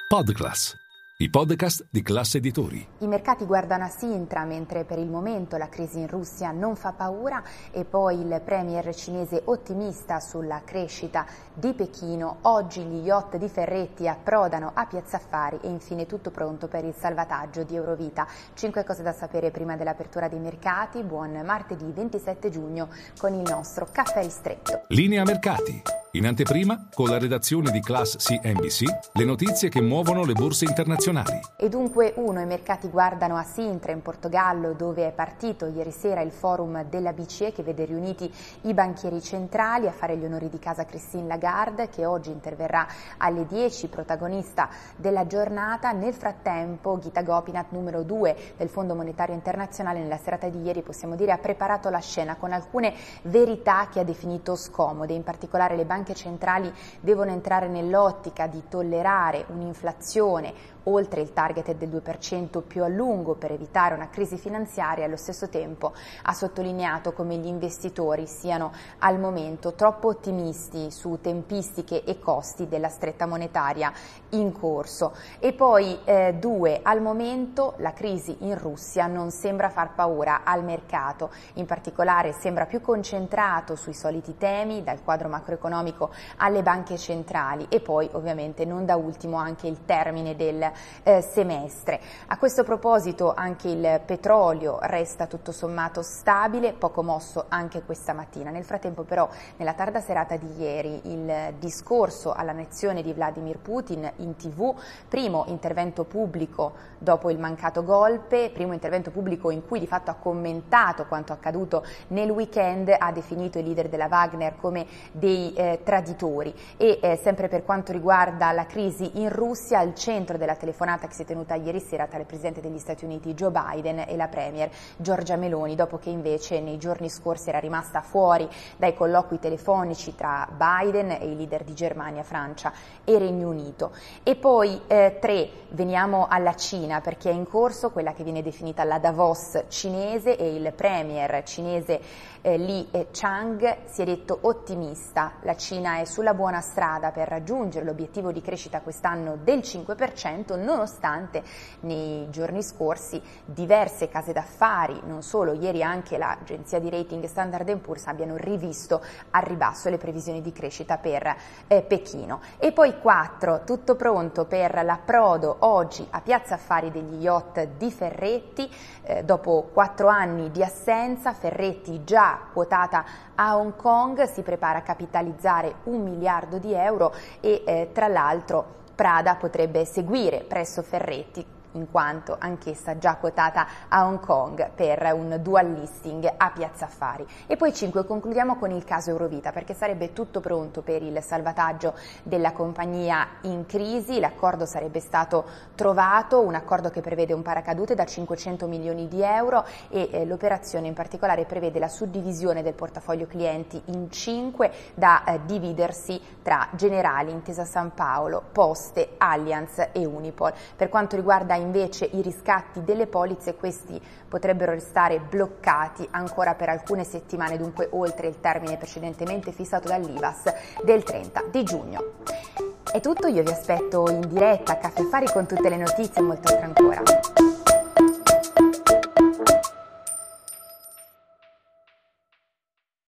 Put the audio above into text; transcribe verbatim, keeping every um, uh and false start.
Podclass, i podcast di Class Editori. I mercati guardano a Sintra mentre per il momento la crisi in Russia non fa paura e poi il premier cinese ottimista sulla crescita di Pechino. Oggi gli yacht di Ferretti approdano a Piazza Affari e infine tutto pronto per il salvataggio di Eurovita. Cinque cose da sapere prima dell'apertura dei mercati. Buon martedì ventisette giugno con il nostro caffè ristretto. Linea mercati. In anteprima, con la redazione di Class C N B C, le notizie che muovono le borse internazionali. E dunque uno, i mercati guardano a Sintra in Portogallo, dove è partito ieri sera il forum della B C E che vede riuniti i banchieri centrali. A fare gli onori di casa Christine Lagarde, che oggi interverrà alle dieci, protagonista della giornata. Nel frattempo Gita Gopinath, numero due del Fondo Monetario Internazionale, nella serata di ieri possiamo dire ha preparato la scena con alcune verità che ha definito scomode. In particolare le banche centrali devono entrare nell'ottica di tollerare un'inflazione oltre il target del due per cento più a lungo per evitare una crisi finanziaria. Allo stesso tempo ha sottolineato come gli investitori siano al momento troppo ottimisti su tempistiche e costi della stretta monetaria in corso. E poi eh, due, al momento la crisi in Russia non sembra far paura al mercato, in particolare sembra più concentrato sui soliti temi, dal quadro macroeconomico alle banche centrali e poi ovviamente non da ultimo anche il termine del Eh, semestre. A questo proposito anche il petrolio resta tutto sommato stabile, poco mosso anche questa mattina. Nel frattempo però nella tarda serata di ieri il discorso alla nazione di Vladimir Putin in tivù, primo intervento pubblico dopo il mancato golpe, primo intervento pubblico in cui di fatto ha commentato quanto accaduto nel weekend, ha definito i leader della Wagner come dei eh, traditori e eh, sempre per quanto riguarda la crisi in Russia, al centro della telefonata che si è tenuta ieri sera tra il presidente degli Stati Uniti Joe Biden e la premier Giorgia Meloni, dopo che invece nei giorni scorsi era rimasta fuori dai colloqui telefonici tra Biden e i leader di Germania, Francia e Regno Unito. E poi eh, tre, veniamo alla Cina, perché è in corso quella che viene definita la Davos cinese e il premier cinese eh, Li Chang si è detto ottimista. La Cina è sulla buona strada per raggiungere l'obiettivo di crescita quest'anno del cinque per cento, nonostante nei giorni scorsi diverse case d'affari, non solo, ieri anche l'agenzia di rating Standard and Poor's, abbiano rivisto al ribasso le previsioni di crescita per eh, Pechino. E poi quattro, tutto pronto per l'approdo oggi a Piazza Affari degli yacht di Ferretti, eh, dopo quattro anni di assenza. Ferretti, già quotata a Hong Kong, si prepara a capitalizzare un miliardo di euro e eh, tra l'altro Prada potrebbe seguire presso Ferretti, in quanto anch'essa già quotata a Hong Kong per un dual listing a Piazza Affari. E poi cinque, concludiamo con il caso Eurovita, perché sarebbe tutto pronto per il salvataggio della compagnia in crisi. L'accordo sarebbe stato trovato, un accordo che prevede un paracadute da cinquecento milioni di euro e eh, l'operazione in particolare prevede la suddivisione del portafoglio clienti in cinque da eh, dividersi tra Generali, Intesa San Paolo, Poste, Allianz e Unipol. Per quanto riguarda invece i riscatti delle polizze, questi potrebbero restare bloccati ancora per alcune settimane, dunque oltre il termine precedentemente fissato dall'I V A S del trenta di giugno. È tutto, io vi aspetto in diretta a Caffè Affari con tutte le notizie e molto altro ancora.